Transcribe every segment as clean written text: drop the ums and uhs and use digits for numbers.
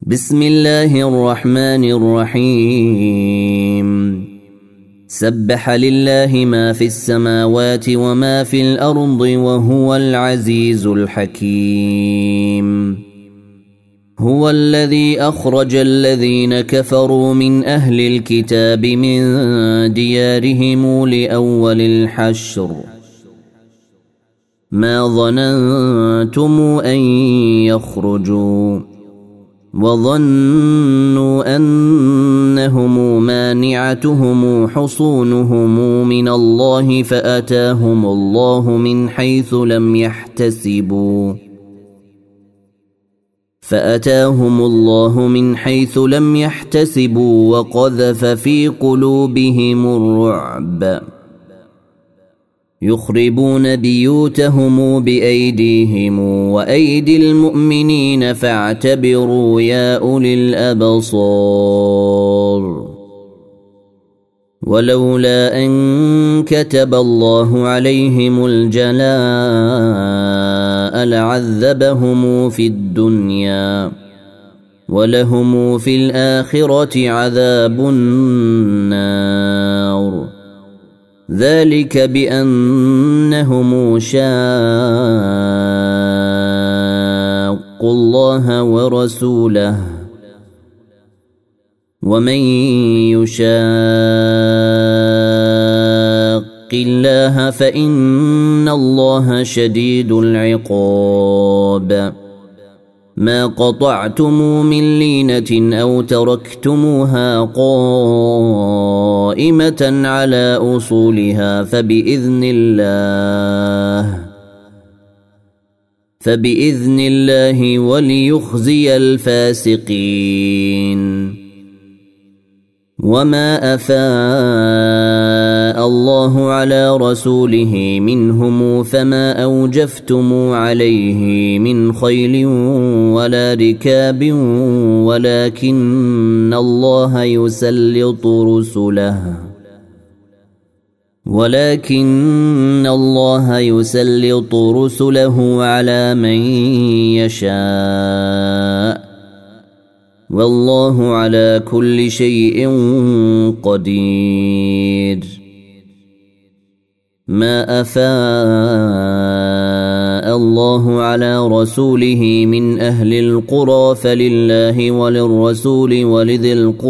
بسم الله الرحمن الرحيم سبح لله ما في السماوات وما في الأرض وهو العزيز الحكيم هو الذي أخرج الذين كفروا من أهل الكتاب من ديارهم لأول الحشر ما ظننتم أن يخرجوا وظنوا أنهم مانعتهم حصونهم من الله فأتاهم الله من حيث لم يحتسبوا وقذف في قلوبهم الرعب يخربون بيوتهم بأيديهم وأيدي المؤمنين فاعتبروا يا أولي الأبصار ولولا أن كتب الله عليهم الجلاء لعذبهم في الدنيا ولهم في الآخرة عذاب النار ذلك بأنهم شاقوا الله ورسوله ومن يشاق الله فإن الله شديد العقاب ما قطعتم من لينة أو تركتموها قائمة على أصولها فبإذن الله وليخزي الفاسقين وما أفاء الله على رسوله منهم فما أوجفتم عليه من خيل ولا ركاب ولكن الله يسلط رسله على من يشاء والله على كل شيء قدير ما أفاء الله على رسوله من أهل القرى فلله وللرسول ولذي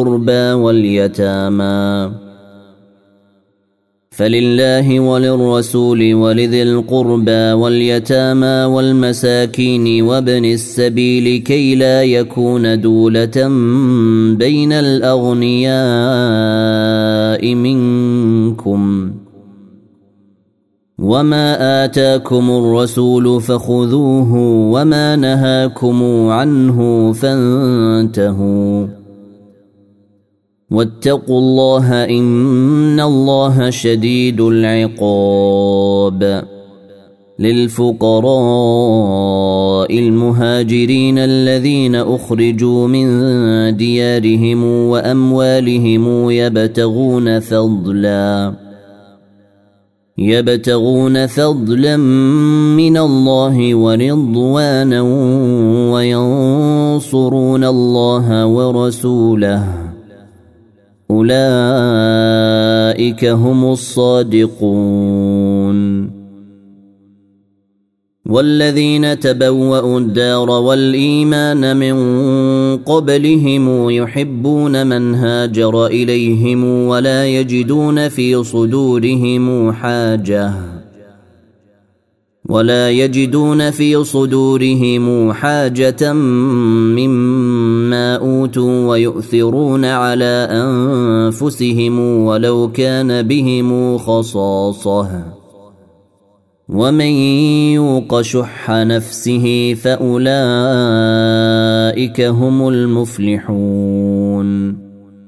القربى واليتامى والمساكين وابن السبيل كي لا يكون دولة بين الأغنياء منكم وما آتاكم الرسول فخذوه وما نهاكم عنه فانتهوا واتقوا الله إن الله شديد العقاب للفقراء المهاجرين الذين أخرجوا من ديارهم وأموالهم يبتغون فضلا من الله ورضوانا وينصرون الله ورسوله أولئك هم الصادقون والذين تبوأوا الدار والإيمان من قبلهم يحبون من هاجر إليهم ولا يجدون في صدورهم حاجة مما أوتوا ويؤثرون على أنفسهم ولو كان بهم خصاصة ومن يوق شح نفسه فأولئك هم المفلحون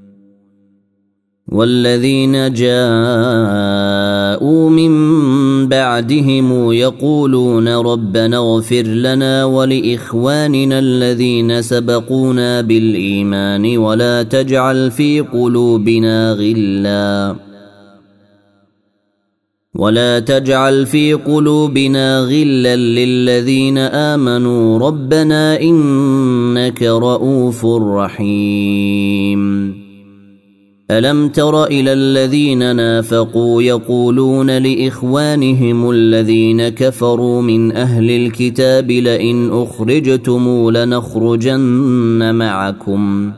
والذين جاءوا من بعدهم يقولون ربنا اغفر لنا ولإخواننا الذين سبقونا بالإيمان ولا تجعل في قلوبنا ولا تجعل في قلوبنا غلا للذين آمنوا ربنا إنك رؤوف رحيم ألم تر إلى الذين نافقوا يقولون لإخوانهم الذين كفروا من أهل الكتاب لئن أخرجتم لنخرجن معكم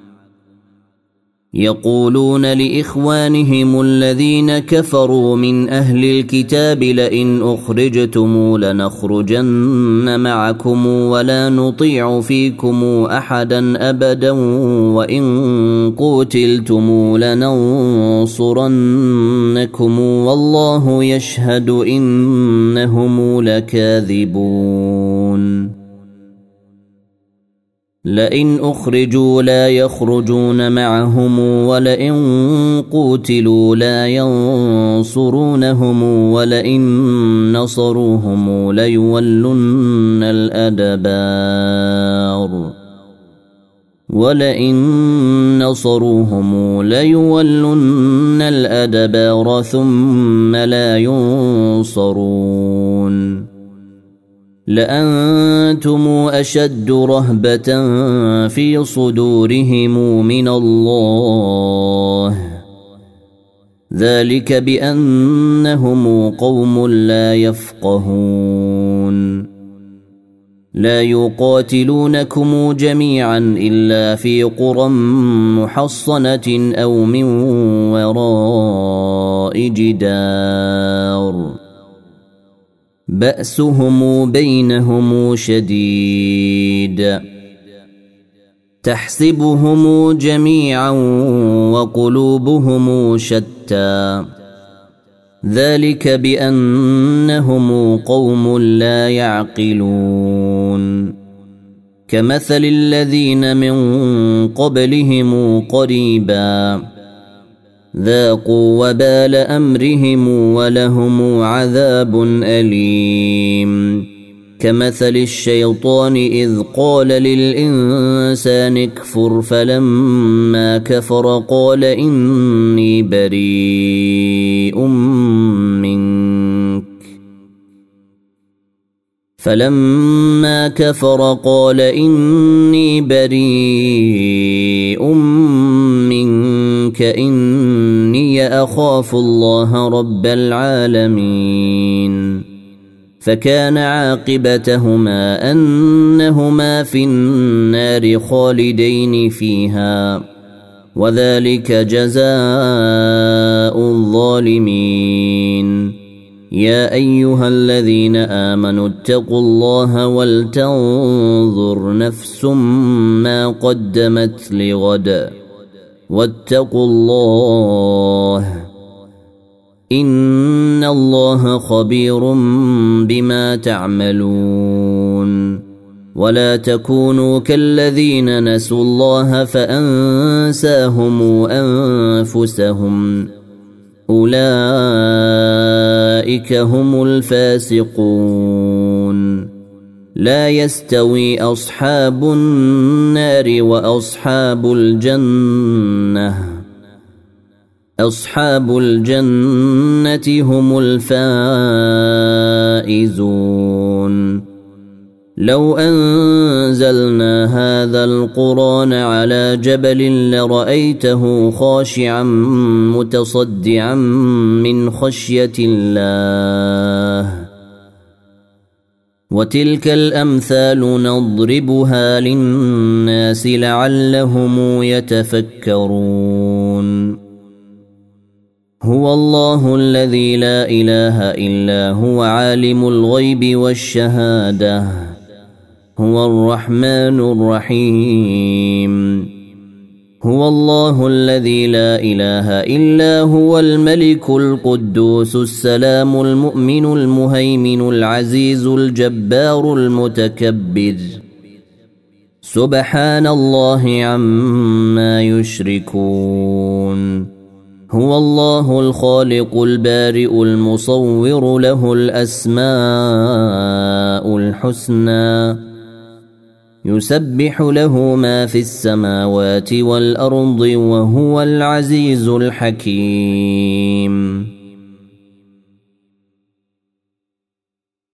يقولون لإخوانهم الذين كفروا من أهل الكتاب لئن أخرجتم لنخرجن معكم ولا نطيع فيكم أحدا أبدا وإن قتلتم لننصرنكم والله يشهد إنهم لكاذبون لئن أخرجوا لا يخرجون معهم ولئن قوتلوا لا ينصرونهم ولئن نصروهم ليولن الأدبار ثم لا ينصرون لأنتم أشد رهبة في صدورهم من الله ذلك بأنهم قوم لا يفقهون لا يقاتلونكم جميعا إلا في قرى محصنة أو من وراء جدار بأسهم بينهم شديد تحسبهم جميعا وقلوبهم شتى ذلك بأنهم قوم لا يعقلون كمثل الذين من قبلهم قريبا ذاقوا وبال أمرهم ولهم عذاب أليم كمثل الشيطان إذ قال للإنسان اكفر فلما كفر قال إني بريء منك إني أخاف الله رب العالمين فكان عاقبتهما أنهما في النار خالدين فيها وذلك جزاء الظالمين يا أيها الذين آمنوا اتقوا الله ولتنظر نفس ما قدمت لغد واتقوا الله إن الله خبير بما تعملون ولا تكونوا كالذين نسوا الله فأنساهم أنفسهم أولئك هم الفاسقون لا يستوي أصحاب النار وأصحاب الجنة هم الفائزون لو أنزلنا هذا القرآن على جبل لرأيته خاشعا متصدعا من خشية الله وتلك الأمثال نضربها للناس لعلهم يتفكرون هو الله الذي لا إله إلا هو عالم الغيب والشهادة هو الرحمن الرحيم هو الله الذي لا إله إلا هو الملك القدوس السلام المؤمن المهيمن العزيز الجبار المتكبر سبحان الله عما يشركون هو الله الخالق البارئ المصور له الأسماء الحسنى يسبح له ما في السماوات والأرض وهو العزيز الحكيم